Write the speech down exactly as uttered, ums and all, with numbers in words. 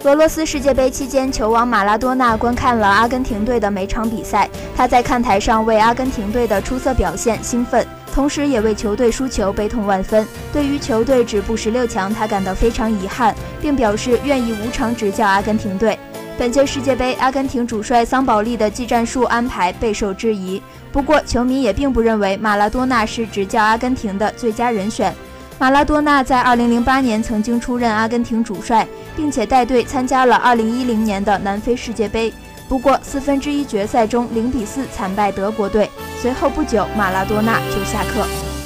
俄罗斯世界杯期间，球王马拉多纳观看了阿根廷队的每场比赛，他在看台上为阿根廷队的出色表现兴奋，同时也为球队输球悲痛万分。对于球队止步十六强，他感到非常遗憾，并表示愿意无偿执教阿根廷队。本届世界杯，阿根廷主帅桑保利的技战术安排备受质疑，不过球迷也并不认为马拉多纳是执教阿根廷的最佳人选。马拉多纳在二零零八年曾经出任阿根廷主帅，并且带队参加了二零一零年的南非世界杯。不过四分之一决赛中零比四惨败德国队，随后不久马拉多纳就下课。